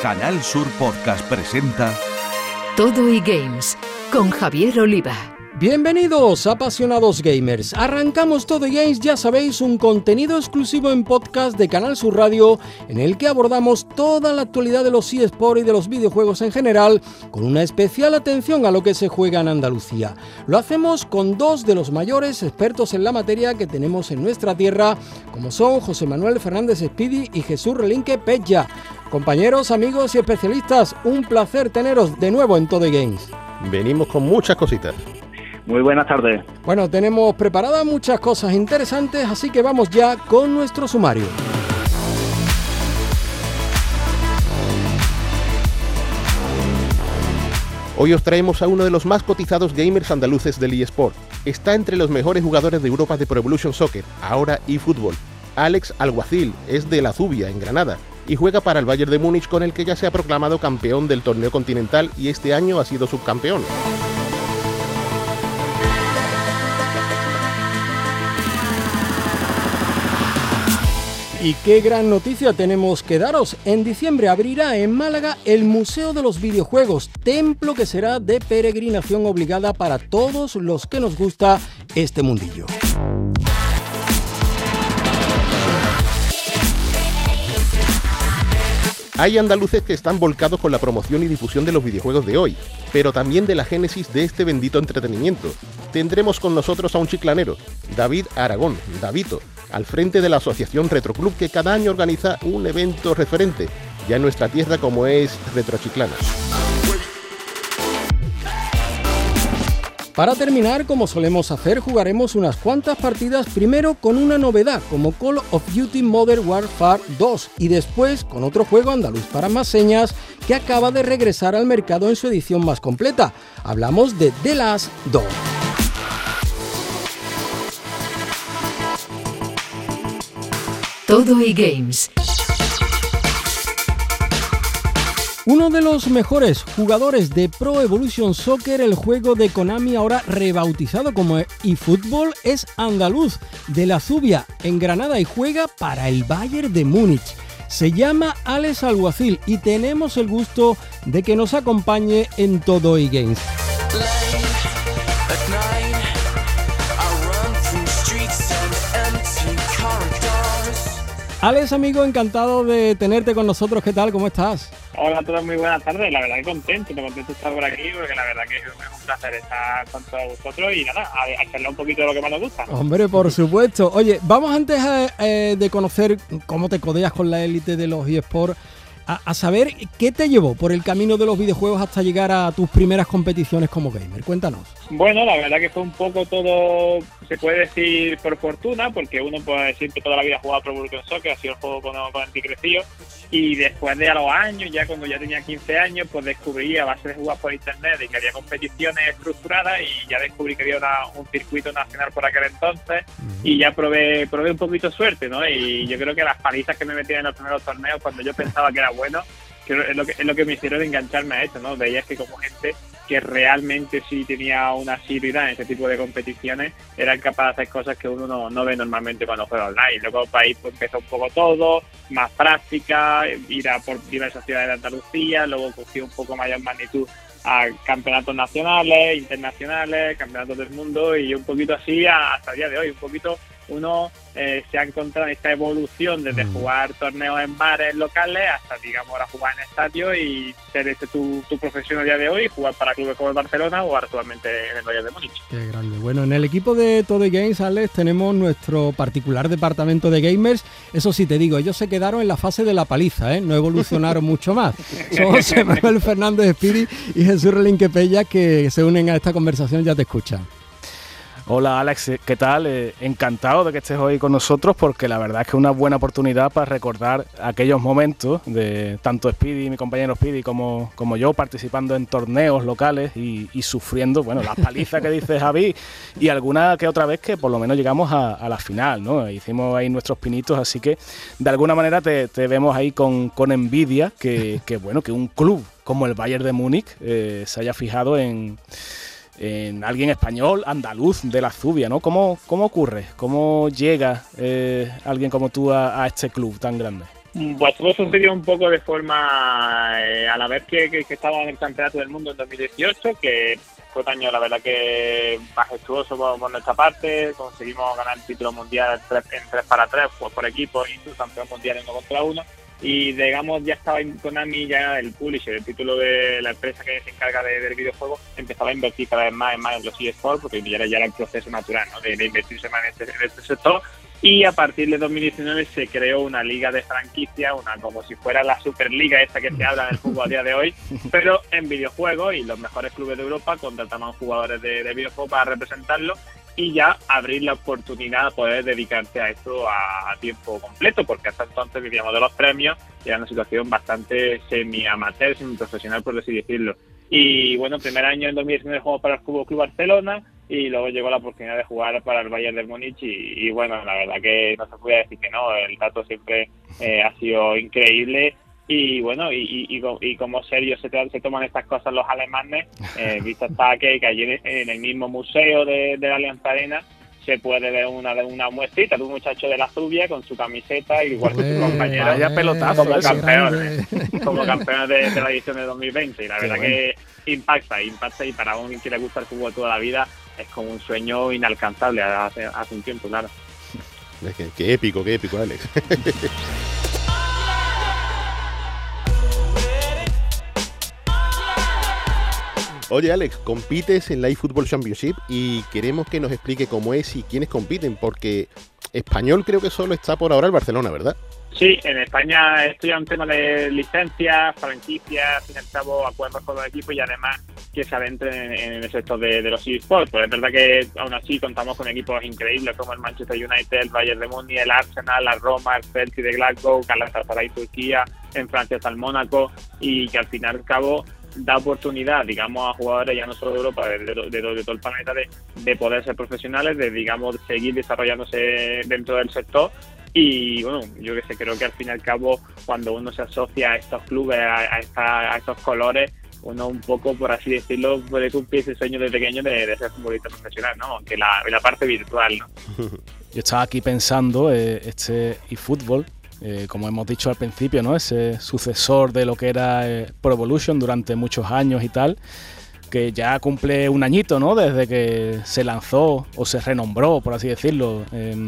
Canal Sur Podcast presenta Todo eGames con Javier Oliva. Bienvenidos, apasionados gamers. Arrancamos Todo eGames, ya sabéis, un contenido exclusivo en podcast de Canal Sur Radio en el que abordamos toda la actualidad de los eSports y de los videojuegos en general, con una especial atención a lo que se juega en Andalucía. Lo hacemos con dos de los mayores expertos en la materia que tenemos en nuestra tierra, como son José Manuel Fernández Speedy y Jesús Relinque Pella. Compañeros, amigos y especialistas, un placer teneros de nuevo en Todo eGames. Venimos con muchas cositas. Muy buenas tardes. Bueno, tenemos preparadas muchas cosas interesantes, así que vamos ya con nuestro sumario. Hoy os traemos a uno de los más cotizados gamers andaluces del eSport. Está entre los mejores jugadores de Europa de Pro Evolution Soccer, ahora eFootball. Alex Alguacil es de La Zubia, en Granada, y juega para el Bayern de Múnich, con el que ya se ha proclamado campeón del torneo continental y este año ha sido subcampeón. Y qué gran noticia tenemos que daros. En diciembre abrirá en Málaga el Museo de los Videojuegos, templo que será de peregrinación obligada para todos los que nos gusta este mundillo. Hay andaluces que están volcados con la promoción y difusión de los videojuegos de hoy, pero también de la génesis de este bendito entretenimiento. Tendremos con nosotros a un chiclanero, David Aragón, Davito, al frente de la asociación Retroclub, que cada año organiza un evento referente, ya en nuestra tierra, como es Retrochiclana. Para terminar, como solemos hacer, jugaremos unas cuantas partidas, primero con una novedad como Call of Duty Modern Warfare 2 y después con otro juego andaluz para más señas que acaba de regresar al mercado en su edición más completa. Hablamos de The Last 2. Todo eGames. Uno de los mejores jugadores de Pro Evolution Soccer, el juego de Konami ahora rebautizado como eFootball, es andaluz, de La Zubia, en Granada, y juega para el Bayern de Múnich. Se llama Alex Alguacil y tenemos el gusto de que nos acompañe en Todo eGames. Alex, amigo, encantado de tenerte con nosotros. ¿Qué tal? ¿Cómo estás? Hola a todos, muy buenas tardes. La verdad que contento de estar por aquí, porque la verdad que es un placer estar con todos vosotros y nada, a hacerle un poquito de lo que más nos gusta. Hombre, por supuesto. Oye, vamos antes de conocer cómo te codeas con la élite de los eSports, a saber qué te llevó por el camino de los videojuegos hasta llegar a tus primeras competiciones como gamer. Cuéntanos. Bueno, la verdad que fue un poco todo, se puede decir, por fortuna, porque uno puede decir que toda la vida ha jugado Pro Evolution Soccer, ha sido el juego con el que creció, y después de a los años, ya cuando ya tenía 15 años, pues descubrí, a base de jugar por internet, y que había competiciones estructuradas, y ya descubrí que había un circuito nacional por aquel entonces, y ya probé un poquito de suerte, ¿no? Y yo creo que las palizas que me metían en los primeros torneos, cuando yo pensaba que era bueno, que es lo que me hicieron engancharme a esto, ¿no? Veías que como gente que realmente sí tenía una asiduidad en ese tipo de competiciones, eran capaces de hacer cosas que uno no ve normalmente cuando juega online. Luego para ahí pues, empezó un poco todo, más práctica, ir a por diversas ciudades de Andalucía, luego cogí un poco mayor magnitud a campeonatos nacionales, internacionales, campeonatos del mundo, y un poquito así hasta el día de hoy. Un poquito uno se ha encontrado en esta evolución desde jugar torneos en bares locales hasta, digamos, ahora jugar en estadios y ser tu profesión a día de hoy, jugar para clubes como el Barcelona o actualmente en el Bayern de Múnich. Qué grande. Bueno, en el equipo de Todo eGames, Alex, tenemos nuestro particular departamento de gamers. Eso sí te digo, ellos se quedaron en la fase de la paliza, no evolucionaron mucho más. Son José Manuel Fernández Speedy y Jesús Relinque Pella, que se unen a esta conversación, ya te escuchan. Hola Alex, ¿qué tal? Encantado de que estés hoy con nosotros, porque la verdad es que es una buena oportunidad para recordar aquellos momentos de tanto Speedy, mi compañero Speedy, como yo, participando en torneos locales y sufriendo, bueno, las palizas que dice Javi, y alguna que otra vez que por lo menos llegamos a la final, ¿no? Hicimos ahí nuestros pinitos, así que de alguna manera te vemos ahí con envidia que un club como el Bayern de Múnich se haya fijado en alguien español, andaluz, de La Zubia, ¿no? ¿Cómo ocurre? ¿Cómo llega alguien como tú a este club tan grande? Pues todo sucedió un poco de forma a la vez que estaba en el Campeonato del Mundo en 2018, que fue un año, la verdad, que majestuoso por nuestra parte. Conseguimos ganar el título mundial en 3x3 por equipo y campeón mundial en 1 contra 1. Y digamos, ya estaba Konami, ya el publisher, el título de la empresa que se encarga del videojuego, empezaba a invertir cada vez más en los eSports, porque ya era el proceso natural, ¿no?, de invertirse más en este sector. Y a partir de 2019 se creó una liga de franquicia, como si fuera la Superliga esta que se habla en el fútbol a día de hoy, pero en videojuegos, y los mejores clubes de Europa contrataban jugadores de videojuegos para representarlo y ya abrir la oportunidad de poder dedicarse a esto a tiempo completo, porque hasta entonces vivíamos de los premios y era una situación bastante semi-amateur, semi-profesional, por así decirlo. Y bueno, primer año en 2019 jugamos para el Club Barcelona, y luego llegó la oportunidad de jugar para el Bayern de Múnich y bueno, la verdad que no se puede decir que no, el trato siempre ha sido increíble. Y bueno, y como serios se toman estas cosas los alemanes, visto está que allí en el mismo museo de la Allianz Arena se puede ver una muestrita de un muchacho de la Zubia con su camiseta, igual que su compañero, vaya pelotazo, como campeones de la edición de 2020. Y la verdad que impacta, y para un que le gusta el fútbol toda la vida es como un sueño inalcanzable hace un tiempo, claro. Qué épico, Alex. Oye, Alex, compites en la eFootball Championship y queremos que nos explique cómo es y quiénes compiten, porque español creo que solo está por ahora el Barcelona, ¿verdad? Sí, en España esto ya es un tema de licencias, franquicias, al fin y al cabo acuerdos con los equipos y además que se adentren en el sector de los eSports. Pues es verdad que aún así contamos con equipos increíbles como el Manchester United, el Bayern de Múnich, el Arsenal, la Roma, el Chelsea de Glasgow, Galatasaray Turquía, en Francia está el Mónaco, y que al fin y al cabo da oportunidad, digamos, a jugadores ya no solo de Europa, de todo el planeta, de poder ser profesionales, de, digamos, seguir desarrollándose dentro del sector. Y bueno, yo que sé, creo que al fin y al cabo, cuando uno se asocia a estos clubes, a estos colores, uno un poco, por así decirlo, puede cumplir ese sueño de pequeño de ser futbolista profesional, ¿no? Aunque la parte virtual, ¿no? Yo estaba aquí pensando, este eFootball, como hemos dicho al principio, ¿no?, ese sucesor de lo que era Pro Evolution durante muchos años y tal, que ya cumple un añito, ¿no?, desde que se lanzó o se renombró, por así decirlo,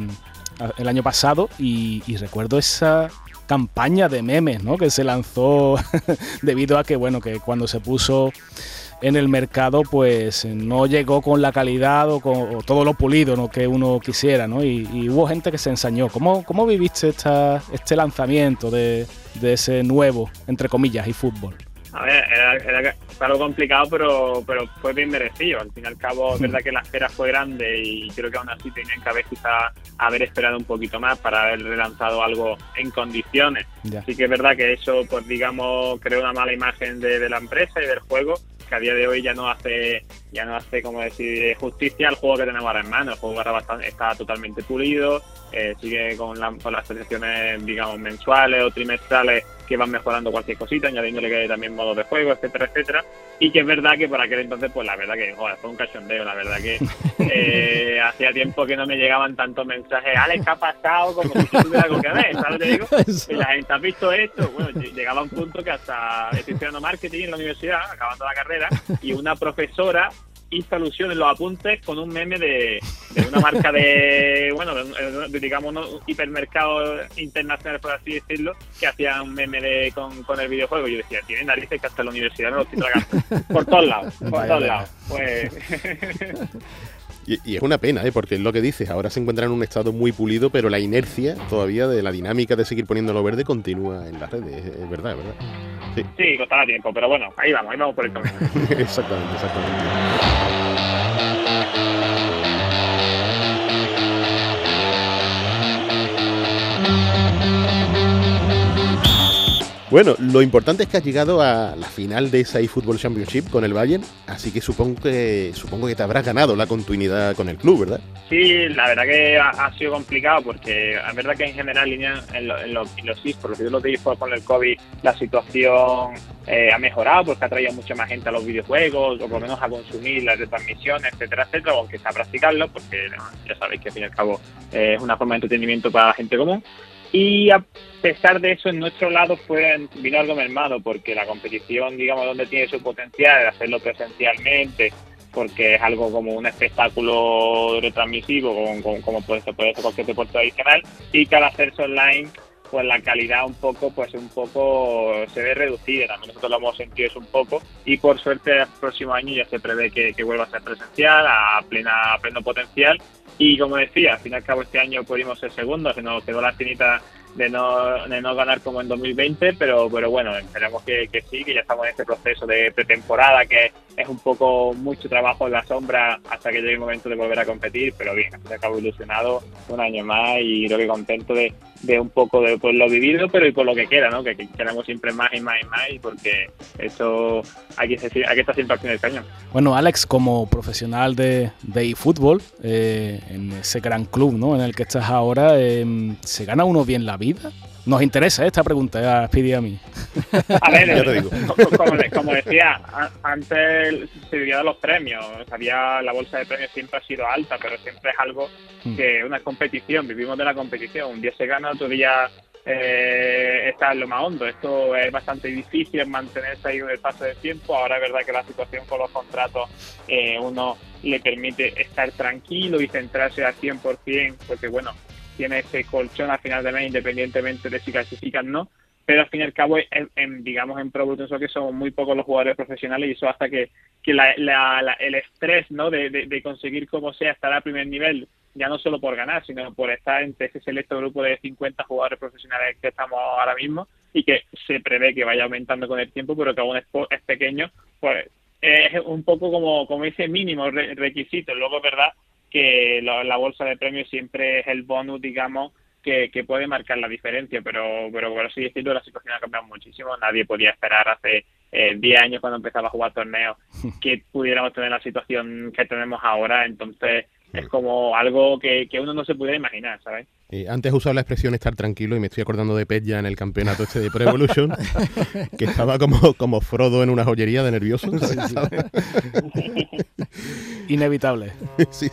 el año pasado, y recuerdo esa campaña de memes, ¿no?, que se lanzó debido a que, bueno, que cuando se puso en el mercado pues no llegó con la calidad o todo lo pulido, ¿no?, que uno quisiera, ¿no? Y hubo gente que se ensañó. ¿Cómo viviste este lanzamiento de ese nuevo, entre comillas, eFootball? A ver, era algo complicado, pero fue bien merecido. Al fin y al cabo, es verdad que la espera fue grande y creo que aún así tenían que haber esperado un poquito más para haber relanzado algo en condiciones. Ya. Así que es verdad que eso, pues digamos, creó una mala imagen de la empresa y del juego, que a día de hoy ya no hace como decir justicia al juego que tenemos ahora en mano. El juego ahora está totalmente pulido, sigue con las selecciones, digamos, mensuales o trimestrales, que van mejorando cualquier cosita, añadiéndole que también modos de juego, etcétera, etcétera. Y que es verdad que por aquel entonces, pues la verdad que, joder, fue un cachondeo, la verdad que hacía tiempo que no me llegaban tantos mensajes, Alex, ¿qué ha pasado? Como si tuviera algo que ver, ¿sabes lo que digo? Y la gente, ¿has visto esto? Bueno, llegaba a un punto que hasta estoy estudiando marketing en la universidad, acabando la carrera, y una profesora hizo alusión en los apuntes con un meme de una marca de digamos, un hipermercado internacional, por así decirlo, que hacía un meme con el videojuego. Y yo decía, tiene narices que hasta la universidad me lo estoy tragando. Por todos lados. Pues... Y es una pena, porque es lo que dices, ahora se encuentra en un estado muy pulido, pero la inercia todavía de la dinámica de seguir poniéndolo verde continúa en las redes, es verdad. Sí, costará tiempo, pero bueno, ahí vamos por el camino. Exactamente. Bueno, lo importante es que has llegado a la final de esa eFootball Championship con el Bayern, así que supongo que te habrás ganado la continuidad con el club, ¿verdad? Sí, la verdad que ha sido complicado porque es verdad que en general en los eSports, los de eSports con el COVID, la situación ha mejorado porque ha traído mucha más gente a los videojuegos, o por lo menos a consumir las retransmisiones, etcétera, aunque sea a practicarlo, porque ya sabéis que al fin y al cabo es una forma de entretenimiento para la gente común. Y a pesar de eso, en nuestro lado vino algo mermado, porque la competición, digamos, donde tiene su potencial de hacerlo presencialmente, porque es algo como un espectáculo retransmisivo, como puede ser cualquier deporte tradicional, y que al hacerse online, pues la calidad un poco se ve reducida. También nosotros lo hemos sentido eso un poco, y por suerte el próximo año ya se prevé que vuelva a ser presencial a pleno potencial. Y como decía, al fin y al cabo este año pudimos ser segundos, se nos quedó la espinita de no ganar como en 2020, pero bueno, esperamos que sí, que ya estamos en este proceso de pretemporada, que es un poco mucho trabajo en la sombra hasta que llegue el momento de volver a competir, pero bien, al fin y al cabo ilusionado un año más y creo que contento de un poco de por lo vivido, pero y por lo que queda, ¿no? Que queremos siempre más y más y más, y porque eso hay que estar siempre al pie del cañón. Bueno, Alex, como profesional de eFootball, en ese gran club, ¿no?, en el que estás ahora, ¿se gana uno bien la vida? Nos interesa esta pregunta, Speedy, a mí. A ver, ya te digo. Como decía, antes se vivía de los premios, la bolsa de premios siempre ha sido alta, pero siempre es algo que una competición, vivimos de la competición, un día se gana, otro día está en lo más hondo. Esto es bastante difícil mantenerse ahí con el paso del tiempo. Ahora es verdad que la situación con los contratos uno le permite estar tranquilo y centrarse al 100%, porque bueno, tiene ese colchón al final de mes independientemente de si clasifican o no, pero al fin y al cabo digamos en Pro Evolution Soccer somos muy pocos los jugadores profesionales, y eso hasta que el estrés, ¿no?, de conseguir como sea estar a primer nivel, ya no solo por ganar, sino por estar entre ese selecto grupo de 50 jugadores profesionales que estamos ahora mismo, y que se prevé que vaya aumentando con el tiempo, pero que aún es pequeño, pues es un poco como ese mínimo requisito. Luego es verdad que la bolsa de premios siempre es el bonus, digamos, que puede marcar la diferencia, pero sí es cierto, la situación ha cambiado muchísimo. Nadie podía esperar hace 10 años, cuando empezaba a jugar torneos, que pudiéramos tener la situación que tenemos ahora. Entonces es como algo que uno no se pudiera imaginar, ¿sabes? Antes he usado la expresión estar tranquilo y me estoy acordando de Pet ya en el campeonato de Pro Evolution, que estaba como Frodo en una joyería de nervioso, ¿sabes? Inevitable. Sí.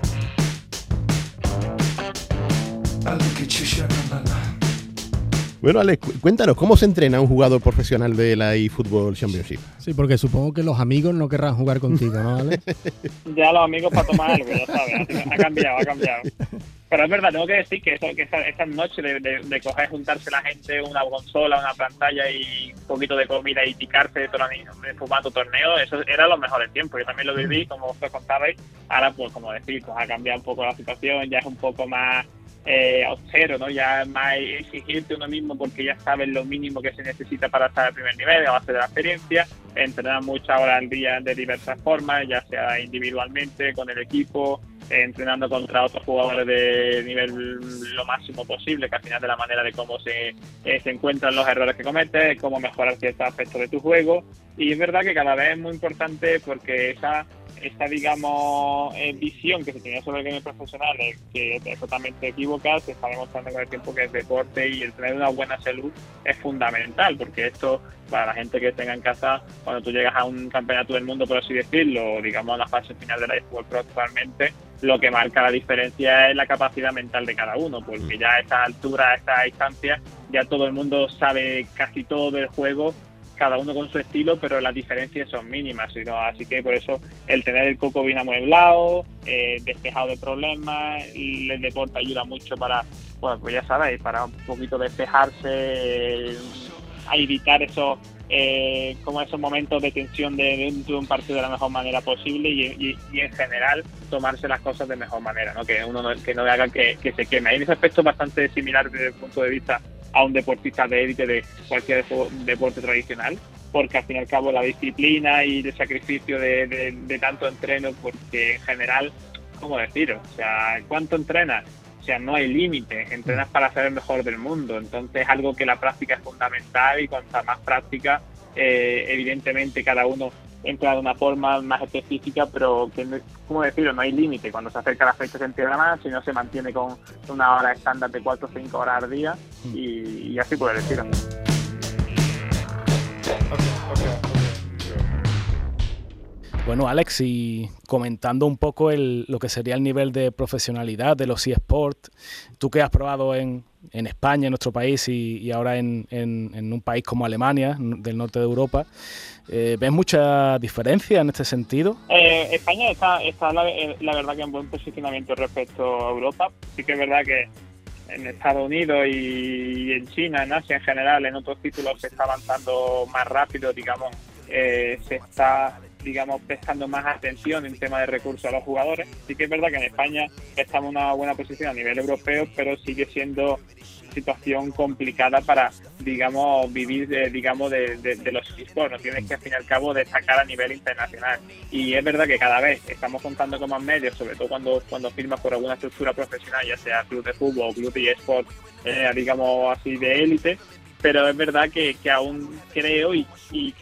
Bueno, Alex, cuéntanos, ¿cómo se entrena un jugador profesional de la eFootball Championship? Sí, porque supongo que los amigos no querrán jugar contigo, ¿no, Alex? Ya los amigos para tomar algo, ya sabes, ha cambiado. Pero es verdad, tengo que decir que esta noche de coger, juntarse la gente, una consola, una pantalla y un poquito de comida y picarse de fumando torneo, eso era los mejores tiempos. Yo también lo viví, como os contabais. Ahora, pues como decís, pues ha cambiado un poco la situación, ya es un poco más austero, ¿no? Ya es más exigirte uno mismo, porque ya sabes lo mínimo que se necesita para estar al primer nivel, a base de la experiencia. Entrenar muchas horas al día de diversas formas, ya sea individualmente, con el equipo, entrenando contra otros jugadores de nivel lo máximo posible, que al final de la manera de cómo se encuentran los errores que cometes, cómo mejorar ciertos aspectos de tu juego. Y es verdad que cada vez es muy importante, porque esa digamos visión que se tenía sobre el game profesional, que es totalmente equivocada, se está demostrando con el tiempo que el deporte y el tener una buena salud es fundamental, porque esto, para la gente que tenga en casa, cuando tú llegas a un campeonato del mundo, por así decirlo, digamos a la fase final de la eFootball Pro actualmente, lo que marca la diferencia es la capacidad mental de cada uno, porque ya a esta altura, a esta distancia, ya todo el mundo sabe casi todo del juego, cada uno con su estilo, pero las diferencias son mínimas, ¿no? Así que por eso el tener el coco bien amueblado, despejado de problemas, y el deporte ayuda mucho para, bueno, pues ya sabéis, para un poquito despejarse, a evitar esos momentos de tensión de un partido de la mejor manera posible, y en general tomarse las cosas de mejor manera, ¿no? Que uno no haga que se queme. Hay ese aspecto bastante similar desde el punto de vista a un deportista de élite de cualquier deporte tradicional, porque al fin y al cabo la disciplina y el sacrificio de tanto entreno, porque en general, ¿cómo decirlo? O sea, ¿cuánto entrenas? O sea, no hay límite, entrenas para ser el mejor del mundo. Entonces es algo que la práctica es fundamental, y cuanta más práctica, evidentemente cada uno entra de una forma más específica, pero que, ¿cómo decirlo? No hay límite. Cuando se acerca la fecha se empieza más, si no se mantiene con una hora estándar de 4 o 5 horas al día, y así por el estilo. Bueno, Alex, y comentando un poco lo que sería el nivel de profesionalidad de los eSports, tú que has probado en en España, en nuestro país y ahora en un país como Alemania, del norte de Europa. ¿Ves mucha diferencia en este sentido? España está la verdad que en buen posicionamiento respecto a Europa. Sí que es verdad que en Estados Unidos y en China, en Asia en general, en otros títulos se está avanzando más rápido, digamos, se está, digamos, prestando más atención en tema de recursos a los jugadores. Sí que es verdad que en España estamos en una buena posición a nivel europeo, pero sigue siendo situación complicada para, digamos, vivir de los esports. No tienes que al fin y al cabo destacar a nivel internacional, y es verdad que cada vez estamos contando con más medios, sobre todo cuando firmas por alguna estructura profesional, ya sea club de fútbol o club de eSport, digamos así, de élite, pero es verdad que aún creo y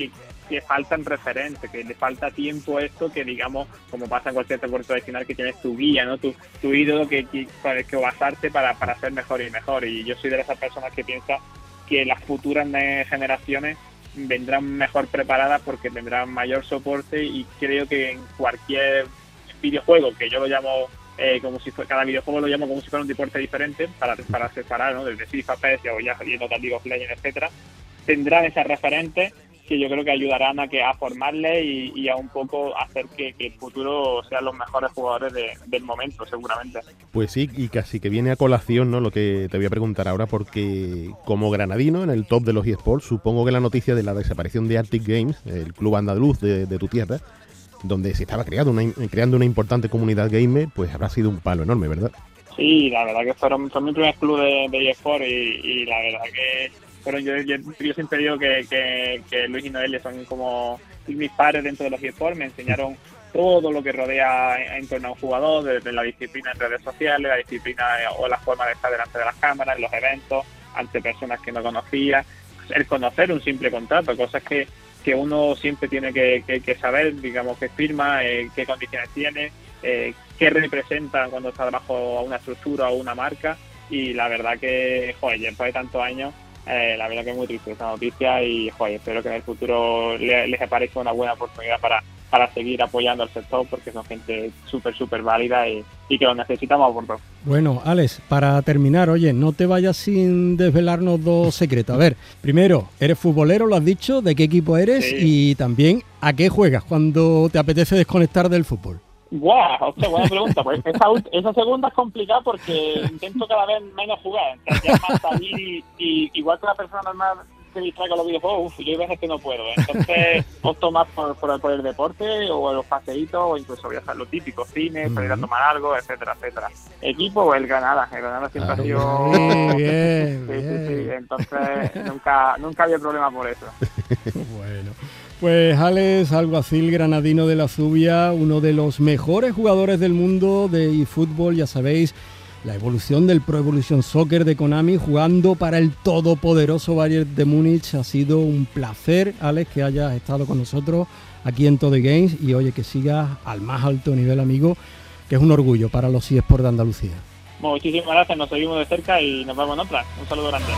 que faltan referentes, que le falta tiempo a esto, que digamos, como pasa en cualquier deporte tradicional, que tienes tu guía, ¿no? Tu ídolo para el que basarte para ser mejor y mejor. Y yo soy de esas personas que piensa que las futuras generaciones vendrán mejor preparadas porque tendrán mayor soporte, y creo que en cualquier videojuego, que yo lo llamo como si fuera, cada videojuego lo llamo como si fuera un deporte diferente para separar, ¿no? Desde FIFA, PES o ya viendo League of Legends, etcétera, tendrán esas referentes que yo creo que ayudarán a formarle y a un poco hacer que el futuro sean los mejores jugadores del momento, seguramente. Pues sí, y casi que viene a colación, ¿no?, lo que te voy a preguntar ahora, porque como granadino en el top de los eSports, supongo que la noticia de la desaparición de Arctic Games, el club andaluz de tu tierra, donde se estaba creando una importante comunidad gamer, pues habrá sido un palo enorme, ¿verdad? Sí, la verdad que fue mi primer club de eSports y la verdad que fueron, yo siempre digo que Luis y Noelia son como mis padres dentro de los eSports. Me enseñaron todo lo que rodea en torno a un jugador, desde la disciplina en redes sociales, la disciplina o la forma de estar delante de las cámaras, en los eventos, ante personas que no conocía, el conocer un simple contrato, cosas que uno siempre tiene que saber, digamos, qué firma, qué condiciones tiene, qué representa cuando está bajo una estructura o una marca. Y la verdad que, joder, después de tantos años, la verdad que es muy triste esta noticia y, joder, espero que en el futuro les aparezca una buena oportunidad para seguir apoyando al sector, porque son gente súper válida y que lo necesitamos por todo. Bueno, Alex, para terminar, oye, no te vayas sin desvelarnos dos secretos. A ver, primero, ¿eres futbolero, lo has dicho? ¿De qué equipo eres? Sí. Y también, ¿a qué juegas cuando te apetece desconectar del fútbol? ¡Guau! Hostia, buena pregunta. Pues esa segunda es complicada porque intento cada vez menos jugar. Entonces ya más salir y igual que la persona normal se distrae con los videojuegos, yo hay veces que no puedo. Entonces opto más por el deporte o los paseitos, o incluso viajar, lo típico, cine, salir a tomar algo, etcétera, etcétera. Equipo o el Granada. El Granada siempre ha sido... Bien. Sí. Entonces nunca había problema por eso. Bueno. Pues Alex Alguacil, granadino de la Zubia, uno de los mejores jugadores del mundo de eFootball, ya sabéis, la evolución del Pro Evolution Soccer de Konami, jugando para el todopoderoso Bayern de Múnich. Ha sido un placer, Alex, que hayas estado con nosotros aquí en Today Games, y oye, que sigas al más alto nivel, amigo, que es un orgullo para los eSports de Andalucía. Muchísimas gracias, nos seguimos de cerca y nos vemos en otra. Un saludo grande.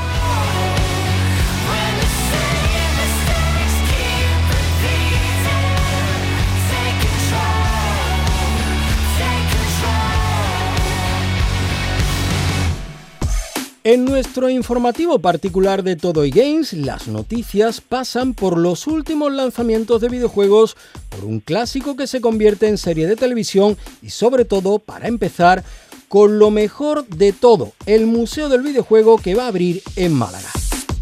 En nuestro informativo particular de Todo Games, las noticias pasan por los últimos lanzamientos de videojuegos, por un clásico que se convierte en serie de televisión y, sobre todo, para empezar, con lo mejor de todo, el Museo del Videojuego que va a abrir en Málaga.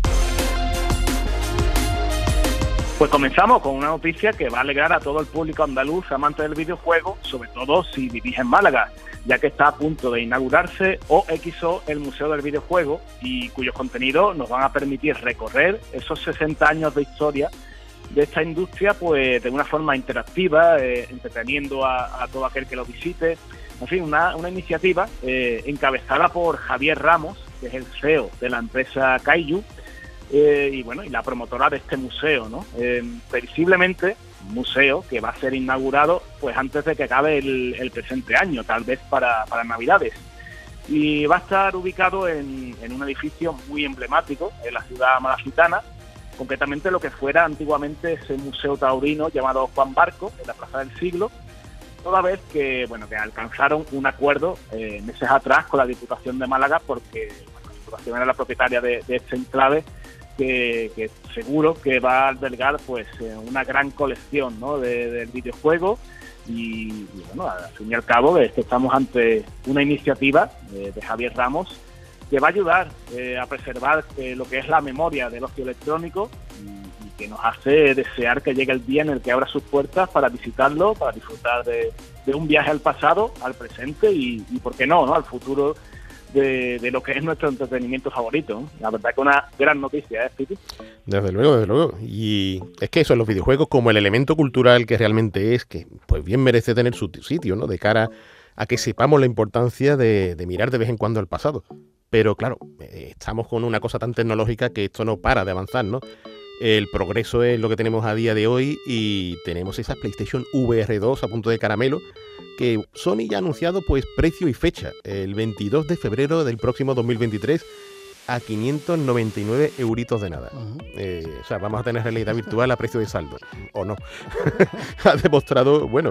Pues comenzamos con una noticia que va a alegrar a todo el público andaluz amante del videojuego, sobre todo si vivís en Málaga, ya que está a punto de inaugurarse OXO, el Museo del Videojuego, y cuyos contenidos nos van a permitir recorrer esos 60 años de historia de esta industria, pues de una forma interactiva, entreteniendo a todo aquel que lo visite. En fin, una iniciativa encabezada por Javier Ramos, que es el CEO de la empresa Kaiju, y la promotora de este museo, ¿no? Previsiblemente un museo que va a ser inaugurado pues antes de que acabe el presente año, tal vez para Navidades, y va a estar ubicado en un edificio muy emblemático en la ciudad malacitana, concretamente lo que fuera antiguamente ese museo taurino llamado Juan Barco, en la Plaza del Siglo, toda vez que alcanzaron un acuerdo meses atrás con la Diputación de Málaga, porque Activación es la propietaria de este enclave, que seguro que va a albergar pues una gran colección, ¿no?, del videojuego. Y bueno, al fin y al cabo estamos ante una iniciativa de Javier Ramos que va a ayudar a preservar lo que es la memoria del ocio electrónico y que nos hace desear que llegue el día en el que abra sus puertas para visitarlo, para disfrutar de un viaje al pasado, al presente y ¿por qué no?, al futuro de lo que es nuestro entretenimiento favorito, ¿no? La verdad que una gran noticia, Pipi. Desde luego. Y es que eso, los videojuegos como el elemento cultural que realmente es, que pues bien merece tener su sitio, ¿no?, de cara a que sepamos la importancia de mirar de vez en cuando al pasado. Pero claro, estamos con una cosa tan tecnológica que esto no para de avanzar, ¿no? El progreso es lo que tenemos a día de hoy y tenemos esa PlayStation VR 2 a punto de caramelo, que Sony ya ha anunciado pues precio y fecha, el 22 de febrero del próximo 2023 a 599 euritos de nada. O sea, vamos a tener realidad virtual a precio de saldo, ¿o no? Ha demostrado, bueno,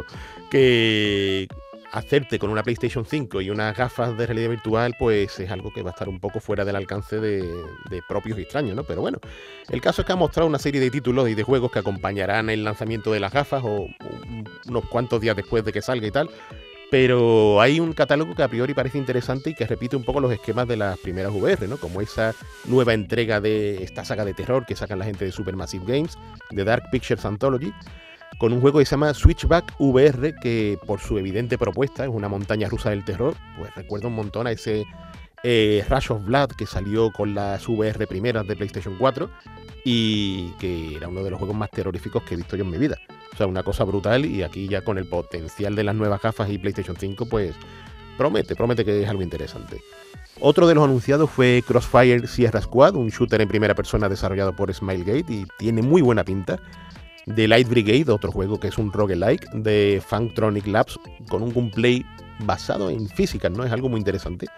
que hacerte con una PlayStation 5 y unas gafas de realidad virtual pues es algo que va a estar un poco fuera del alcance de propios y extraños, ¿no? Pero bueno, el caso es que ha mostrado una serie de títulos y de juegos que acompañarán el lanzamiento de las gafas o unos cuantos días después de que salga y tal, pero hay un catálogo que a priori parece interesante y que repite un poco los esquemas de las primeras VR, ¿no? Como esa nueva entrega de esta saga de terror que sacan la gente de Supermassive Games, de Dark Pictures Anthology, con un juego que se llama Switchback VR, que por su evidente propuesta es una montaña rusa del terror, pues recuerda un montón a ese Rush of Blood que salió con las VR primeras de PlayStation 4 y que era uno de los juegos más terroríficos que he visto yo en mi vida. O sea, una cosa brutal, y aquí ya con el potencial de las nuevas gafas y PlayStation 5, pues promete que es algo interesante. Otro de los anunciados fue Crossfire Sierra Squad, un shooter en primera persona desarrollado por Smilegate y tiene muy buena pinta. The Light Brigade, otro juego que es un roguelike de Funktronic Labs con un gameplay basado en física, ¿no? Es algo muy interesante.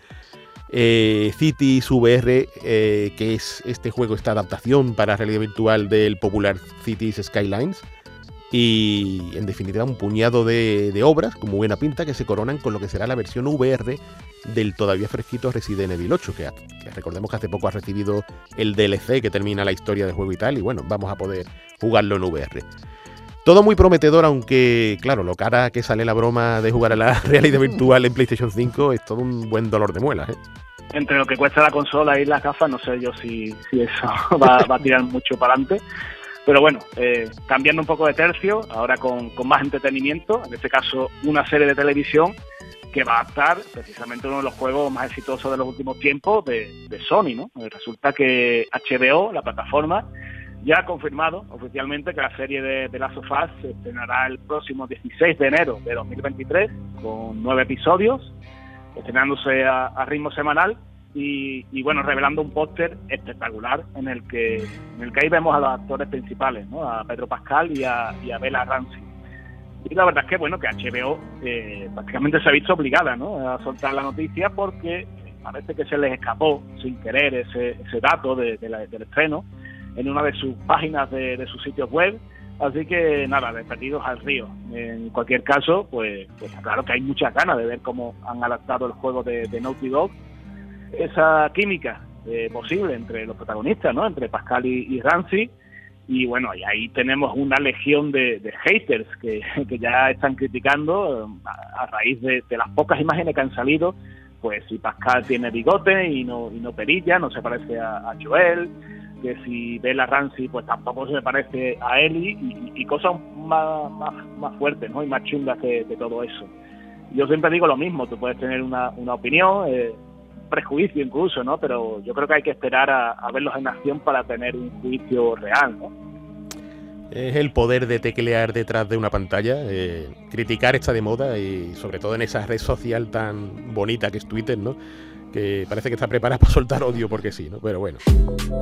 Cities VR, que es este juego, esta adaptación para realidad virtual del popular Cities Skylines. Y en definitiva un puñado de obras con muy buena pinta que se coronan con lo que será la versión VR del todavía fresquito Resident Evil 8, que recordemos que hace poco ha recibido el DLC que termina la historia del juego y tal, y bueno, vamos a poder jugarlo en VR. Todo muy prometedor, aunque claro, lo cara que sale la broma de jugar a la realidad virtual en PlayStation 5 es todo un buen dolor de muelas, ¿eh? Entre lo que cuesta la consola y las gafas, no sé yo si eso va a tirar mucho para adelante. Pero bueno, cambiando un poco de tercio, ahora con más entretenimiento, en este caso una serie de televisión que va a adaptar precisamente uno de los juegos más exitosos de los últimos tiempos de Sony, ¿no? Resulta que HBO, la plataforma, ya ha confirmado oficialmente que la serie de Last of Us se estrenará el próximo 16 de enero de 2023 con 9 episodios, estrenándose a ritmo semanal. Y bueno, revelando un póster espectacular en el que ahí vemos a los actores principales, ¿no? A Pedro Pascal y a Bella Ramsey. Y la verdad es que bueno, que HBO prácticamente se ha visto obligada, ¿no?, a soltar la noticia porque parece que se les escapó sin querer ese dato del estreno en una de sus páginas de sus sitios web. Así que nada, despedidos al río. En cualquier caso, pues claro que hay muchas ganas de ver cómo han adaptado el juego de Naughty Dog, esa química posible entre los protagonistas, ¿no?, entre Pascal y Ramsey. Y bueno, y ahí tenemos una legión de haters que ya están criticando a raíz de las pocas imágenes que han salido, pues si Pascal tiene bigote y no perilla, no se parece a Joel, que si Bella Ramsey pues tampoco se parece a Ellie, y cosas más fuertes, ¿no?, y más chungas que todo eso. Yo siempre digo lo mismo, tú puedes tener una opinión, prejuicio incluso, ¿no?, pero yo creo que hay que esperar a verlos en acción para tener un juicio real, ¿no? Es el poder de teclear detrás de una pantalla. Criticar está de moda, y sobre todo en esa red social tan bonita que es Twitter, ¿no?, que parece que está preparada para soltar odio porque sí, ¿no? Pero bueno.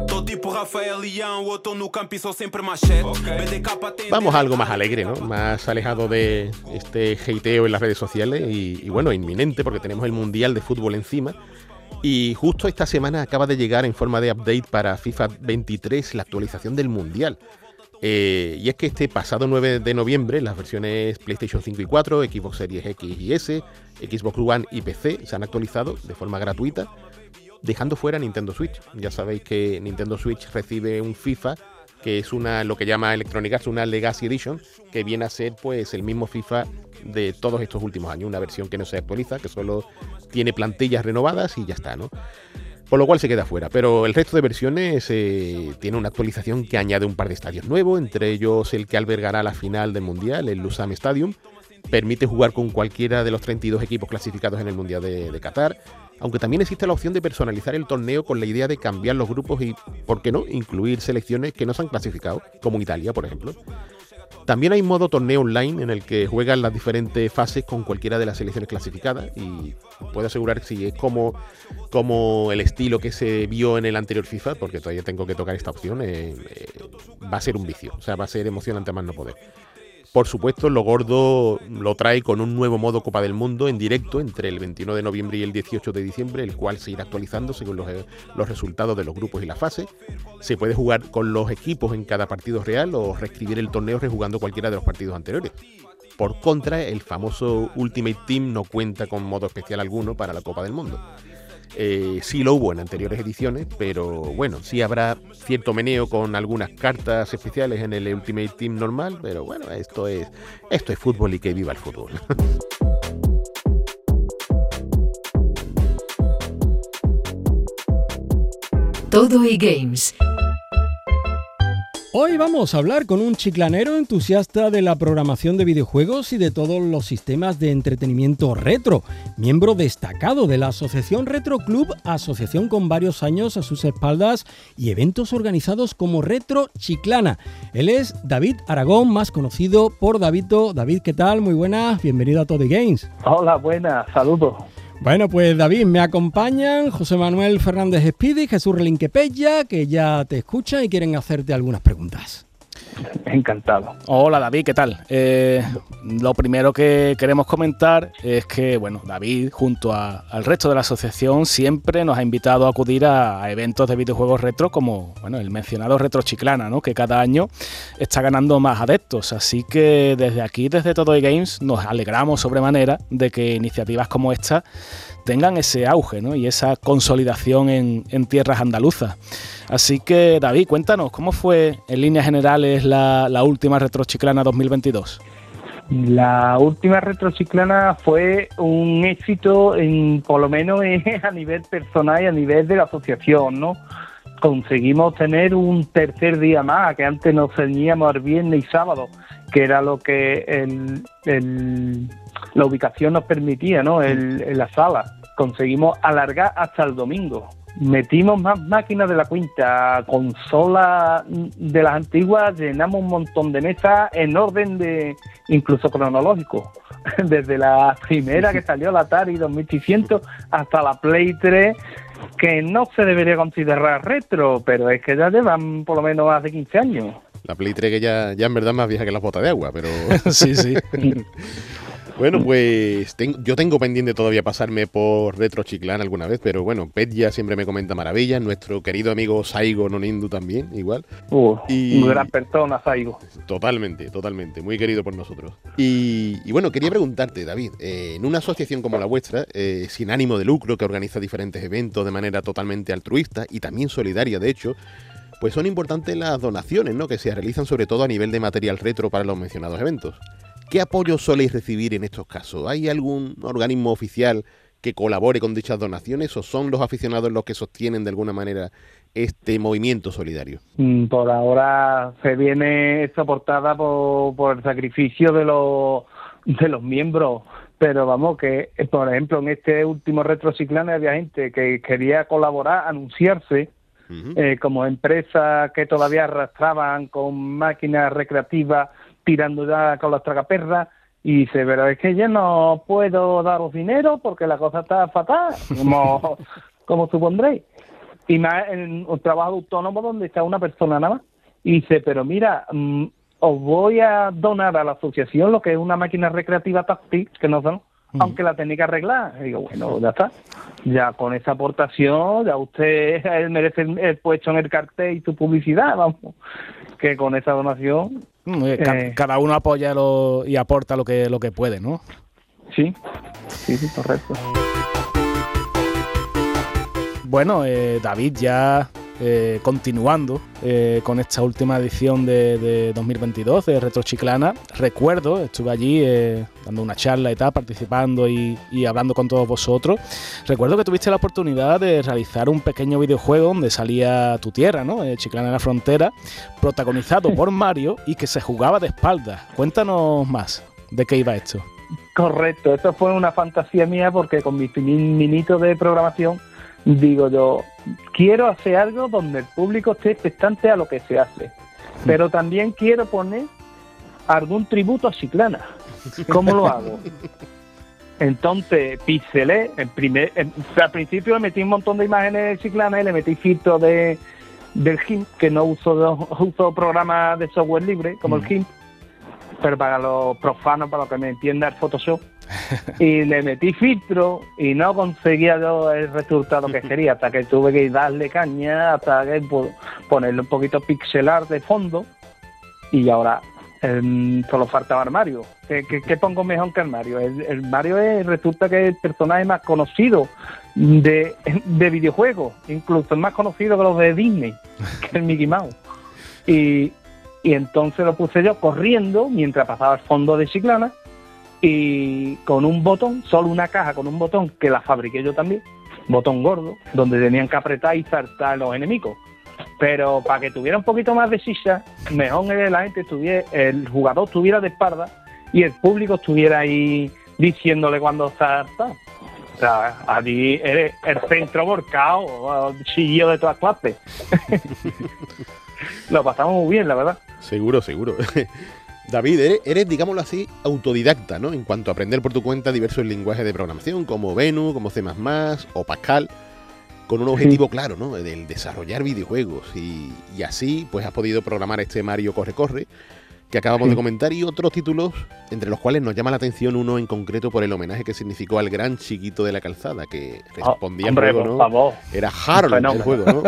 Vamos a algo más alegre, ¿no?, más alejado de este hateo en las redes sociales y bueno, inminente, porque tenemos el Mundial de Fútbol encima. Y justo esta semana acaba de llegar en forma de update para FIFA 23 la actualización del Mundial. Y es que este pasado 9 de noviembre las versiones PlayStation 5 y 4, Xbox Series X y S, Xbox One y PC se han actualizado de forma gratuita. dejando fuera Nintendo Switch. Ya sabéis que Nintendo Switch recibe un FIFA, que es lo que llama Electronic Arts, una Legacy Edition, que viene a ser pues el mismo FIFA de todos estos últimos años, una versión que no se actualiza, que solo tiene plantillas renovadas y ya está, ¿no? Por lo cual se queda fuera, pero el resto de versiones tiene una actualización que añade un par de estadios nuevos, entre ellos el que albergará la final del Mundial, el Lusam Stadium. Permite jugar con cualquiera de los 32 equipos clasificados en el Mundial de Qatar, aunque también existe la opción de personalizar el torneo con la idea de cambiar los grupos y, ¿por qué no?, incluir selecciones que no se han clasificado, como Italia, por ejemplo. También hay modo torneo online en el que juegan las diferentes fases con cualquiera de las selecciones clasificadas y puedo asegurar que si es como el estilo que se vio en el anterior FIFA, porque todavía tengo que tocar esta opción, va a ser un vicio, o sea, va a ser emocionante a más no poder. Por supuesto, lo gordo lo trae con un nuevo modo Copa del Mundo en directo entre el 21 de noviembre y el 18 de diciembre, el cual se irá actualizando según los resultados de los grupos y la fase. Se puede jugar con los equipos en cada partido real o reescribir el torneo rejugando cualquiera de los partidos anteriores. Por contra, el famoso Ultimate Team no cuenta con modo especial alguno para la Copa del Mundo. Sí lo hubo en anteriores ediciones, pero bueno, sí habrá cierto meneo con algunas cartas especiales en el Ultimate Team normal, pero bueno, esto es fútbol y que viva el fútbol. Todo eGames. Hoy vamos a hablar con un chiclanero entusiasta de la programación de videojuegos y de todos los sistemas de entretenimiento retro, miembro destacado de la Asociación Retro Club, asociación con varios años a sus espaldas y eventos organizados como Retro Chiclana. Él es David Aragón, más conocido por Davito. David, ¿qué tal? Muy buenas, bienvenido a Todo Games. Hola, buenas, saludos. Bueno, pues David, me acompañan José Manuel Fernández Speedy, Jesús Relinquepella, que ya te escuchan y quieren hacerte algunas preguntas. Encantado. Hola David, ¿qué tal? Lo primero que queremos comentar es que, bueno, David, junto al resto de la asociación, siempre nos ha invitado a acudir a eventos de videojuegos retro como, bueno, el mencionado Retro Chiclana, ¿no?, que cada año está ganando más adeptos. Así que desde aquí, desde Todo eGames, nos alegramos sobremanera de que iniciativas como esta tengan ese auge, ¿no?, y esa consolidación en tierras andaluzas. Así que, David, cuéntanos, ¿cómo fue en líneas generales la última Retro Chiclana 2022? La última Retro Chiclana fue un éxito, por lo menos a nivel personal y a nivel de la asociación, ¿no? Conseguimos tener un tercer día más, que antes nos ceñíamos el viernes y sábado, que era lo que la ubicación nos permitía, ¿no?, en la sala. Conseguimos alargar hasta el domingo. Metimos más máquinas de la cuenta, consolas de las antiguas, llenamos un montón de mesas en orden de incluso cronológico. Desde la primera que salió, la Atari 2600, hasta la Play 3, que no se debería considerar retro, pero es que ya llevan por lo menos hace 15 años. La Play 3 que ya en verdad es más vieja que las botas de agua, pero... Sí, sí. Bueno, pues yo tengo pendiente todavía pasarme por Retro Chiclana alguna vez, pero bueno, Pet ya siempre me comenta maravillas, nuestro querido amigo Saigo Nonindu también, igual. Y muy gran persona, Saigo. Totalmente, muy querido por nosotros. Y bueno, quería preguntarte, David, en una asociación como la vuestra, sin ánimo de lucro, que organiza diferentes eventos de manera totalmente altruista y también solidaria, de hecho, pues son importantes las donaciones, ¿no?, que se realizan sobre todo a nivel de material retro para los mencionados eventos. ¿Qué apoyo soléis recibir en estos casos? ¿Hay algún organismo oficial que colabore con dichas donaciones o son los aficionados los que sostienen de alguna manera este movimiento solidario? Por ahora se viene soportada por el sacrificio de los miembros, pero vamos, que por ejemplo en este último Retro Chiclana había gente que quería colaborar, anunciarse, como empresas que todavía arrastraban con máquinas recreativas, tirando ya con las tragaperras, y dice, pero es que yo no puedo daros dinero porque la cosa está fatal, como supondréis. Y más en un trabajo autónomo donde está una persona nada más. Y dice, pero mira, os voy a donar a la asociación lo que es una máquina recreativa táctil, que no son, aunque la tenéis que arreglar. Y digo, bueno, ya está. Ya con esa aportación, ya usted merece el puesto en el cartel y su publicidad, vamos. Que con esa donación... Cada uno apoya y aporta lo que puede, ¿no? Sí, correcto. Bueno, David, ya continuando con esta última edición de 2022 de Retro Chiclana, recuerdo, estuve allí dando una charla y tal, participando y hablando con todos vosotros. Recuerdo que tuviste la oportunidad de realizar un pequeño videojuego donde salía tu tierra, ¿no? Chiclana en la Frontera, protagonizado por Mario y que se jugaba de espaldas. Cuéntanos más de qué iba esto. Correcto, esto fue una fantasía mía porque con mi minito de programación digo yo, quiero hacer algo donde el público esté expectante a lo que se hace, pero también quiero poner algún tributo a Chiclana. ¿Cómo lo hago? Entonces pixelé, al principio le metí un montón de imágenes de Chiclana y le metí filtros del GIMP, que no uso programas de software libre como el GIMP, pero para los profanos, para los que me entienda el Photoshop, y le metí filtro y no conseguía yo el resultado que quería, hasta que tuve que darle caña, hasta que ponerle un poquito pixelar de fondo, y ahora solo faltaba el Mario. ¿Qué pongo mejor que el Mario? El Mario resulta que es el personaje más conocido de videojuegos, incluso es más conocido que los de Disney, que el Mickey Mouse. Y entonces lo puse yo corriendo mientras pasaba el fondo de Chiclana, y con un botón, solo una caja con un botón que la fabriqué yo también, botón gordo, donde tenían que apretar y saltar los enemigos. Pero para que tuviera un poquito más de sisa, mejor que la gente el jugador estuviera de espalda y el público estuviera ahí diciéndole cuando salta. O sea, allí eres el centro volcado, chillo de todas clases. Lo pasamos muy bien, la verdad. Seguro. David, eres, digámoslo así, autodidacta, ¿no? En cuanto a aprender por tu cuenta diversos lenguajes de programación, como Venus, como C++ o Pascal, con un objetivo claro, ¿no? Del desarrollar videojuegos. Y así, pues has podido programar este Mario Corre, que acabamos de comentar, y otros títulos, entre los cuales nos llama la atención uno en concreto por el homenaje que significó al gran Chiquito de la Calzada, que respondía al juego, ¿no? Favor. Era Harold el juego, ¿no?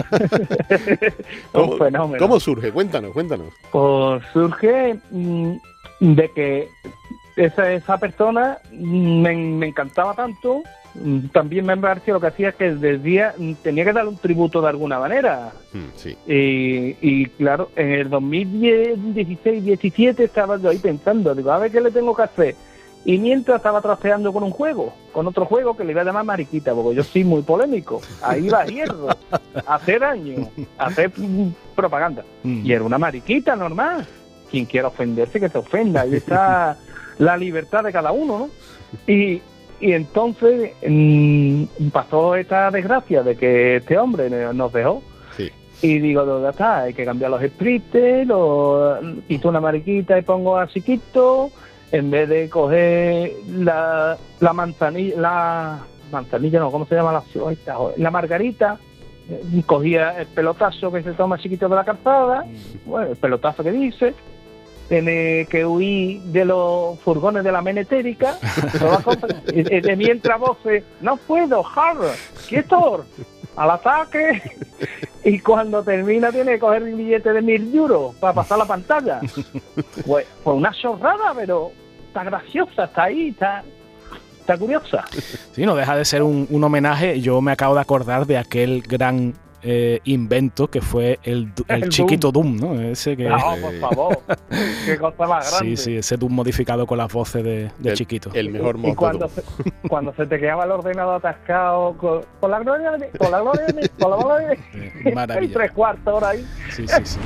Un fenómeno. ¿Cómo surge? Cuéntanos. Pues surge de que esa persona me encantaba tanto. También me pareció lo que hacía que tenía que darle un tributo de alguna manera. Sí. Y claro, en el 2016-17 estaba yo ahí pensando, digo, a ver qué le tengo que hacer. Y mientras estaba trasteando con otro juego que le iba a llamar Mariquita, porque yo soy muy polémico. Ahí va hierro, hacer daño, hacer propaganda. Y era una mariquita normal. Quien quiera ofenderse, que se ofenda. Ahí está la libertad de cada uno, ¿no? Y entonces pasó esta desgracia de que este hombre nos dejó. Sí. Y digo, ya está, hay que cambiar los sprites, quito una mariquita y pongo a Chiquito, en vez de coger la manzanilla, no, ¿cómo se llama la margarita? Cogía el pelotazo que se toma Chiquito de la Calzada, bueno, el pelotazo que dice, tiene que huir de los furgones de la menetérica, de mientras voces, no puedo, Harold, quieto, al ataque, y cuando termina tiene que coger el billete de 1.000 euros para pasar la pantalla. Pues una chorrada, pero está graciosa, está ahí, está curiosa. Sí, no deja de ser un homenaje. Yo me acabo de acordar de aquel gran invento que fue el Chiquito Doom, ¿no? Ese que... No, por favor, qué cosa más grande. Sí, ese Doom modificado con las voces de Chiquito. El mejor modo. Y cuando se te quedaba el ordenador atascado con la gloria de maravilla. 3/4 hora ahí. Sí.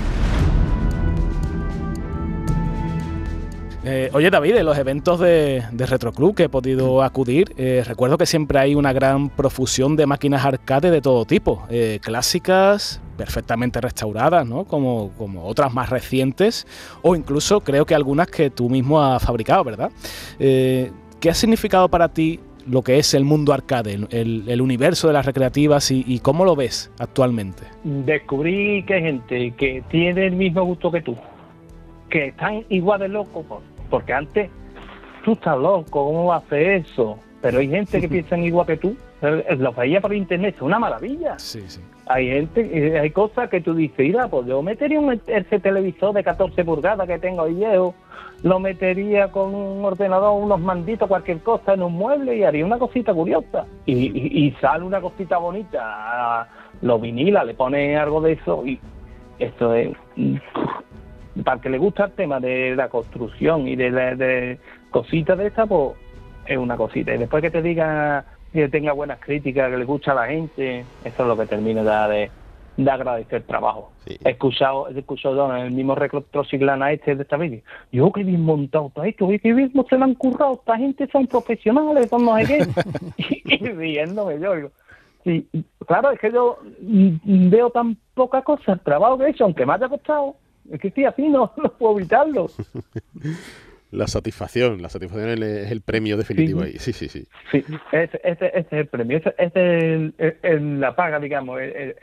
Oye, David, en los eventos de Retroclub que he podido acudir, recuerdo que siempre hay una gran profusión de máquinas arcade de todo tipo, clásicas, perfectamente restauradas, ¿no? Como otras más recientes, o incluso creo que algunas que tú mismo has fabricado, ¿verdad? ¿Qué ha significado para ti lo que es el mundo arcade, el universo de las recreativas, y cómo lo ves actualmente? Descubrí que hay gente que tiene el mismo gusto que tú, que están igual de locos, porque antes tú estás loco, ¿cómo vas a hacer eso? Pero hay gente que piensa igual que tú, los veía por internet, es una maravilla. Sí, sí. Hay gente, hay cosas que tú dices, mira, pues yo metería ese televisor de 14 pulgadas que tengo ahí viejo, lo metería con un ordenador, unos manditos, cualquier cosa en un mueble y haría una cosita curiosa. Y sale una cosita bonita, lo vinila, le pone algo de eso y esto es... Para el que le gusta el tema de la construcción y de cositas de esta, pues es una cosita. Y después que te diga que tenga buenas críticas, que le gusta a la gente, eso es lo que termina de agradecer el trabajo. Sí. He escuchado en el mismo Retro Chiclana de esta vídeo. Yo, qué bien montado está esto, qué bien se lo han currado, esta gente son profesionales, son no sé qué. y riéndome yo, digo. Sí, claro, es que yo veo tan poca cosa el trabajo que he hecho, aunque me haya costado. Es que estoy así, no puedo evitarlo. La satisfacción es el premio definitivo ahí. Sí. Sí, ese es el premio, ese es la paga, digamos,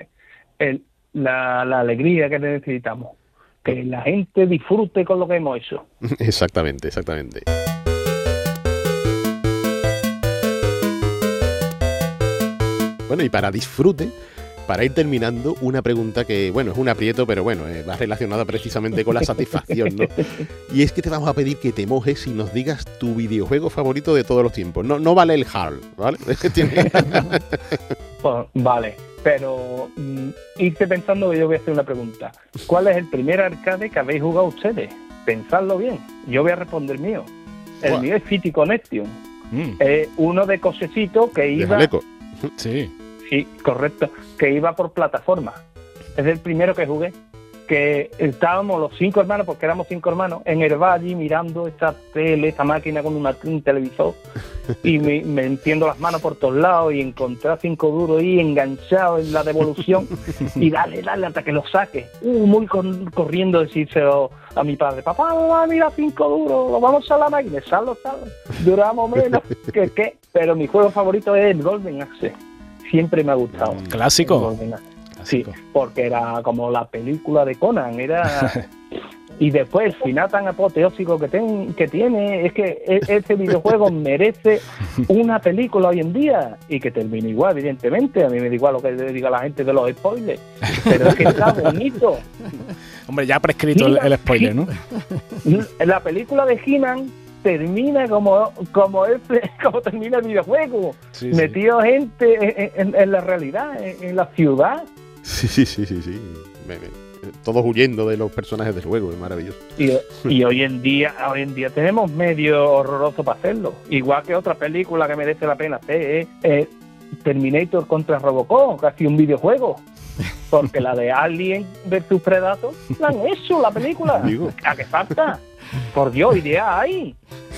la alegría que necesitamos. Que la gente disfrute con lo que hemos hecho. Exactamente. Bueno, y para disfrute, para ir terminando, una pregunta que, bueno, es un aprieto, pero bueno, va relacionada precisamente con la satisfacción, ¿no? Y es que te vamos a pedir que te mojes y nos digas tu videojuego favorito de todos los tiempos. No vale el HAL, ¿vale? Pues, vale, pero irte pensando que yo voy a hacer una pregunta. ¿Cuál es el primer arcade que habéis jugado ustedes? Pensadlo bien, yo voy a responder mío. El mío es City Connection. Uno de cosecito que iba... Sí, correcto, que iba por plataforma. Es el primero que jugué, que estábamos los 5 hermanos, porque éramos 5 hermanos, en el valle mirando esta tele, esta máquina con un televisor, y me metiendo las manos por todos lados y encontré a 5 duros ahí enganchados en la devolución y dale hasta que lo saque. Muy corriendo decírselo a mi padre, papá, mira 5 duros, lo vamos a la máquina, sallo. Duramos menos que, pero mi juego favorito es el Golden Axe. Siempre me ha gustado. Clásico. Sí, porque era como la película de Conan, era... Y después el final tan apoteósico que tiene, es que ese videojuego merece una película hoy en día y que termine igual, evidentemente. A mí me da igual lo que le diga la gente de los spoilers, pero es que está bonito. Hombre, ya ha prescrito el spoiler, ¿no? La película de He-Man termina como termina el videojuego, metido gente en la realidad, en la ciudad. Sí. Todos huyendo de los personajes del juego, es maravilloso. Y hoy en día tenemos medios horrorosos para hacerlo. Igual que otra película que merece la pena hacer es Terminator contra Robocop, casi un videojuego. Porque la de Alien vs Predator la han hecho, la película. ¿A qué falta? Por Dios, idea hay.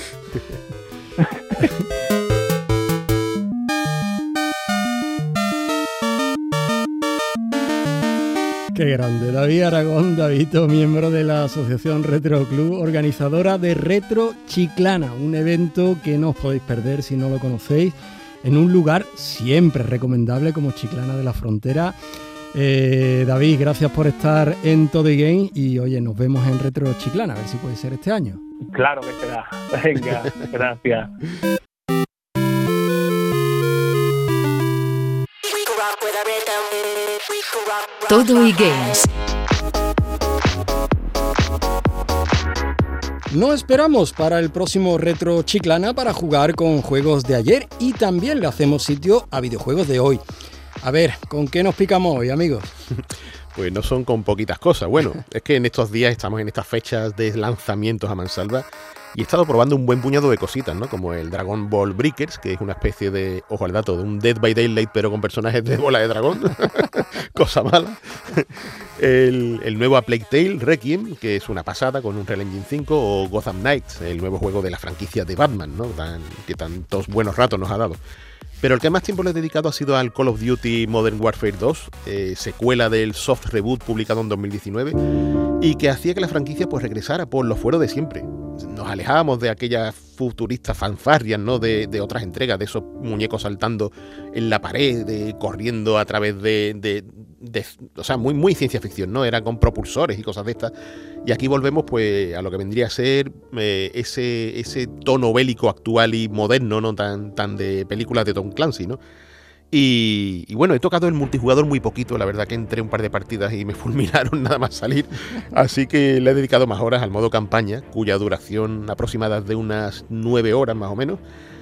Qué grande. David Aragón, Davidito, miembro de la Asociación Retro Club, organizadora de Retro Chiclana, un evento que no os podéis perder si no lo conocéis, en un lugar siempre recomendable como Chiclana de la Frontera. David, gracias por estar en Todo Game y oye, nos vemos en Retro Chiclana, a ver si puede ser este año. Claro que será. Venga, gracias. Todo Games. No esperamos para el próximo Retro Chiclana para jugar con juegos de ayer y también le hacemos sitio a videojuegos de hoy. A ver, ¿con qué nos picamos hoy, amigos? Pues no son con poquitas cosas. Bueno, es que en estos días estamos en estas fechas de lanzamientos a mansalva y he estado probando un buen puñado de cositas, ¿no? Como el Dragon Ball Breakers, que es una especie de, ojo al dato, de un Dead by Daylight pero con personajes de bola de dragón. Cosa mala. El nuevo A Plague Tale Requiem, que es una pasada con un Unreal Engine 5, o Gotham Knights, el nuevo juego de la franquicia de Batman, ¿no? Que tantos buenos ratos nos ha dado. Pero el que más tiempo le he dedicado ha sido al Call of Duty Modern Warfare 2, secuela del soft reboot publicado en 2019, y que hacía que la franquicia pues regresara por los fueros de siempre. Nos alejábamos de aquellas futuristas fanfarrias, ¿no? de otras entregas, de esos muñecos saltando en la pared, corriendo a través o sea, muy ciencia ficción, ¿no? Era con propulsores y cosas de estas. Y aquí volvemos pues a lo que vendría a ser ese tono bélico actual y moderno, no tan de películas de Tom Clancy, ¿no? Y bueno, he tocado el multijugador muy poquito, la verdad que entré un par de partidas y me fulminaron nada más salir, así que le he dedicado más horas al modo campaña, cuya duración aproximada es de unas 9 horas más o menos.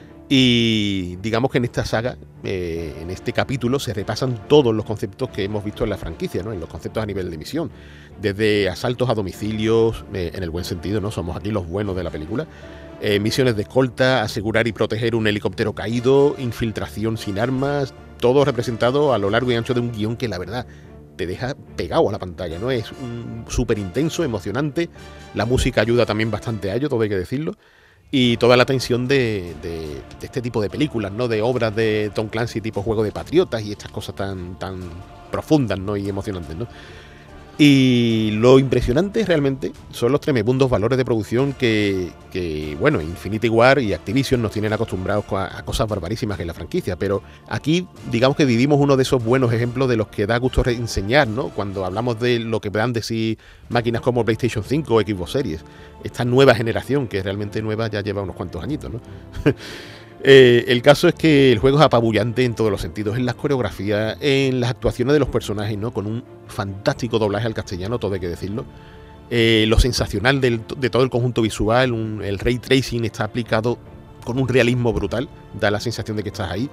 Y digamos que en esta saga, en este capítulo, se repasan todos los conceptos que hemos visto en la franquicia, ¿no? En los conceptos a nivel de misión, desde asaltos a domicilios, en el buen sentido, ¿no? Somos aquí los buenos de la película. Misiones de escolta, asegurar y proteger un helicóptero caído, infiltración sin armas, todo representado a lo largo y ancho de un guión que la verdad te deja pegado a la pantalla, ¿no? Es súper intenso, emocionante, la música ayuda también bastante a ello, todo hay que decirlo, y toda la tensión de este tipo de películas, ¿no? De obras de Tom Clancy tipo Juego de Patriotas y estas cosas tan profundas, ¿no? Y emocionantes, ¿no? Y lo impresionante realmente son los tremebundos valores de producción que bueno, Infinity Ward y Activision nos tienen acostumbrados a cosas barbarísimas en la franquicia, pero aquí digamos que vivimos uno de esos buenos ejemplos de los que da gusto enseñar, ¿no? Cuando hablamos de lo que puedan decir máquinas como PlayStation 5 o Xbox Series, esta nueva generación, que realmente nueva ya lleva unos cuantos añitos, ¿no? El caso es que el juego es apabullante en todos los sentidos, en las coreografías, en las actuaciones de los personajes, ¿no? Con un fantástico doblaje al castellano, todo hay que decirlo. Lo sensacional de todo el conjunto visual, el ray tracing está aplicado con un realismo brutal, da la sensación de que estás ahí.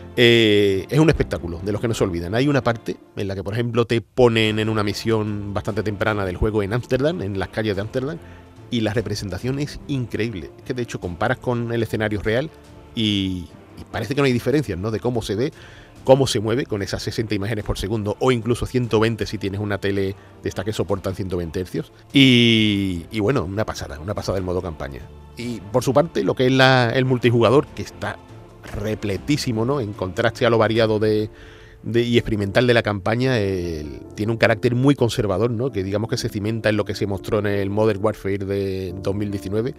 Es un espectáculo, de los que no se olvidan. Hay una parte en la que, por ejemplo, te ponen en una misión bastante temprana del juego en Ámsterdam, en las calles de Ámsterdam, y la representación es increíble. Es que de hecho comparas con el escenario real y parece que no hay diferencias, ¿no? De cómo se ve, cómo se mueve con esas 60 imágenes por segundo o incluso 120 si tienes una tele de esta que soportan 120 Hz. Y bueno, una pasada el modo campaña. Y por su parte, lo que es el multijugador, que está repletísimo, ¿no? En contraste a lo variado y experimental de la campaña, tiene un carácter muy conservador, ¿no? Que digamos que se cimenta en lo que se mostró en el Modern Warfare de 2019.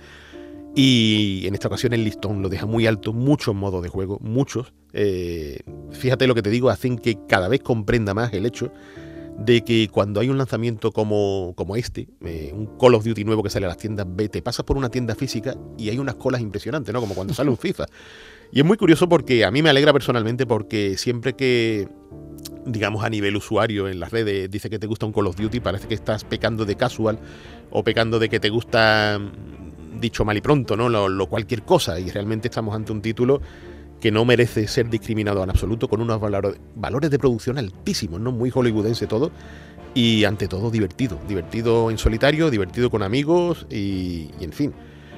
Y en esta ocasión el listón lo deja muy alto, muchos modos de juego, muchos. Fíjate lo que te digo, hacen que cada vez comprenda más el hecho de que cuando hay un lanzamiento como este, un Call of Duty nuevo que sale a las tiendas, te pasas por una tienda física y hay unas colas impresionantes, ¿no? Como cuando sale un FIFA. Y es muy curioso porque a mí me alegra personalmente, porque siempre que, digamos, a nivel usuario en las redes dice que te gusta un Call of Duty, parece que estás pecando de casual o pecando de que te gusta, dicho mal y pronto, ¿no? Lo cualquier cosa, y realmente estamos ante un título que no merece ser discriminado en absoluto, con unos valores de producción altísimos, ¿no? Muy hollywoodense todo, y ante todo divertido en solitario, divertido con amigos y en fin,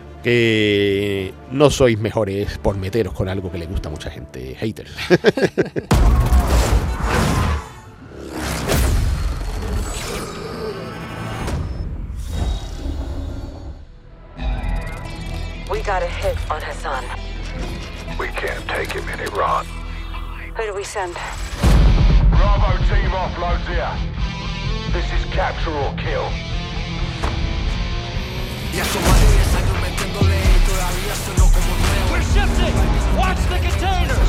que no sois mejores por meteros con algo que le gusta a mucha gente, haters. We got a hit on Hassan. We can't take him in Iran. Who do we send? Bravo team offloads here. This is capture or kill. We're shifting! Watch the containers!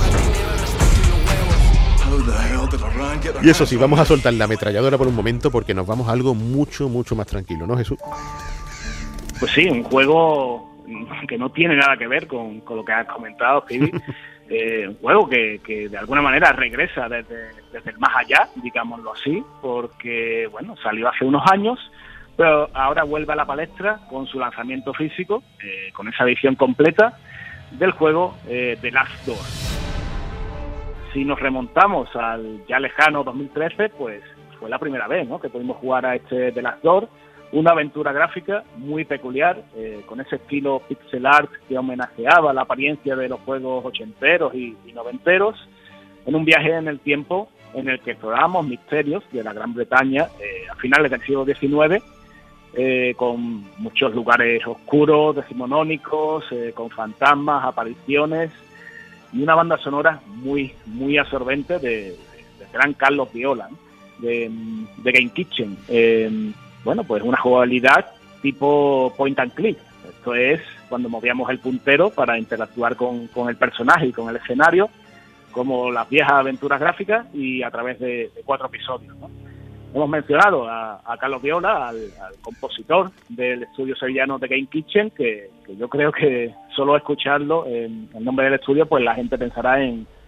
How the hell did Iran get Y eso sí, vamos a soltar la ametralladora por un momento porque nos vamos a algo mucho más tranquilo, ¿no, Jesús? Pues sí, un juego que no tiene nada que ver con lo que has comentado, Phoebe. Un juego que de alguna manera regresa desde el más allá, digámoslo así, porque bueno, salió hace unos años, pero ahora vuelve a la palestra con su lanzamiento físico, con esa edición completa del juego The Last Door. Si nos remontamos al ya lejano 2013, pues fue la primera vez, ¿no?, que pudimos jugar a este The Last Door, una aventura gráfica muy peculiar, con ese estilo pixel art que homenajeaba la apariencia de los juegos ochenteros y noventeros, en un viaje en el tiempo en el que exploramos misterios de la Gran Bretaña a finales del siglo XIX, con muchos lugares oscuros, decimonónicos, con fantasmas, apariciones, y una banda sonora muy absorbente de gran Carlos Viola, ¿no?, de Game Kitchen. Bueno, pues una jugabilidad tipo point and click. Esto es cuando movíamos el puntero para interactuar con el personaje y con el escenario, como las viejas aventuras gráficas, y a través de 4 episodios, ¿no? Hemos mencionado a Carlos Viola, al compositor del estudio sevillano de Game Kitchen, que yo creo que solo escucharlo en el nombre del estudio, pues la gente pensará en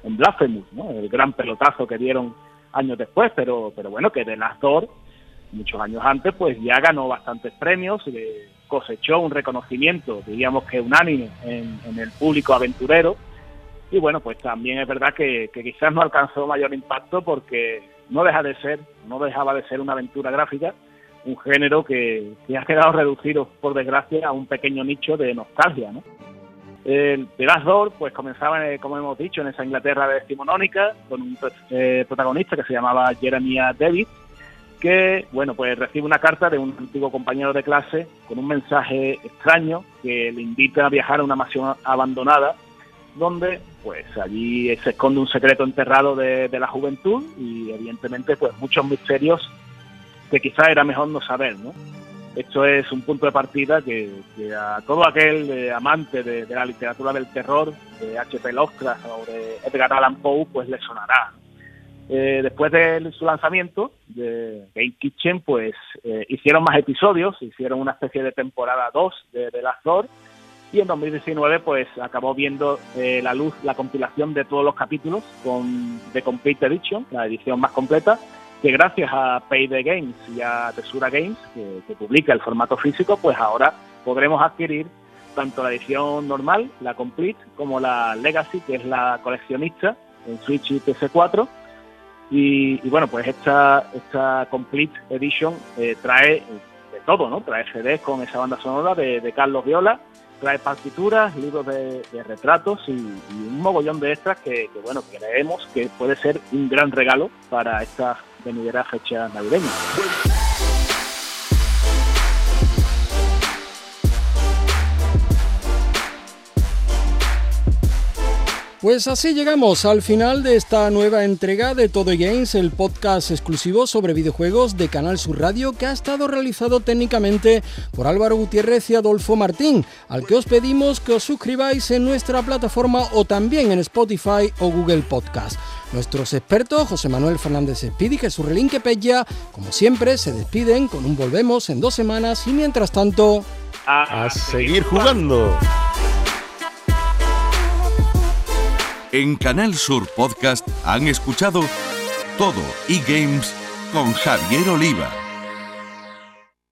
Blasphemous, ¿no? El gran pelotazo que dieron años después, pero bueno, que The Last Door, muchos años antes, pues ya ganó bastantes premios, cosechó un reconocimiento, diríamos que unánime en el público aventurero, y bueno, pues también es verdad que quizás no alcanzó mayor impacto porque no dejaba de ser una aventura gráfica, un género que ha quedado reducido, por desgracia, a un pequeño nicho de nostalgia, ¿no? The Last Door, pues comenzaba, como hemos dicho, en esa Inglaterra decimonónica, con un protagonista que se llamaba Jeremiah David, que, bueno, pues recibe una carta de un antiguo compañero de clase con un mensaje extraño que le invita a viajar a una mansión abandonada, donde, pues, allí se esconde un secreto enterrado de la juventud y, evidentemente, pues, muchos misterios que quizás era mejor no saber, ¿no? Esto es un punto de partida que a todo aquel amante de la literatura del terror, de H.P. Lovecraft o de Edgar Allan Poe, pues le sonará. Después de su lanzamiento, de Game Kitchen, pues hicieron más episodios, hicieron una especie de temporada 2 de The Last Door, y en 2019 pues acabó viendo la luz la compilación de todos los capítulos con The Complete Edition, la edición más completa, que gracias a Payday Games y a Tesura Games, que publica el formato físico, pues ahora podremos adquirir tanto la edición normal, la Complete, como la Legacy, que es la coleccionista, en Switch y PS4. Y bueno, pues esta Complete Edition trae de todo, ¿no? Trae CDs con esa banda sonora de Carlos Viola, trae partituras, libros de retratos y un mogollón de extras que bueno, creemos que puede ser un gran regalo para esta venidera fecha navideña. Pues así llegamos al final de esta nueva entrega de Todo Games, el podcast exclusivo sobre videojuegos de Canal Sur Radio, que ha estado realizado técnicamente por Álvaro Gutiérrez y Adolfo Martín, al que os pedimos que os suscribáis en nuestra plataforma o también en Spotify o Google Podcast. Nuestros expertos, José Manuel Fernández Speedy y Jesús Relinque Pella, como siempre, se despiden con un volvemos en 2 semanas y mientras tanto, a seguir jugando. En Canal Sur Podcast han escuchado Todo eGames con Javier Oliva.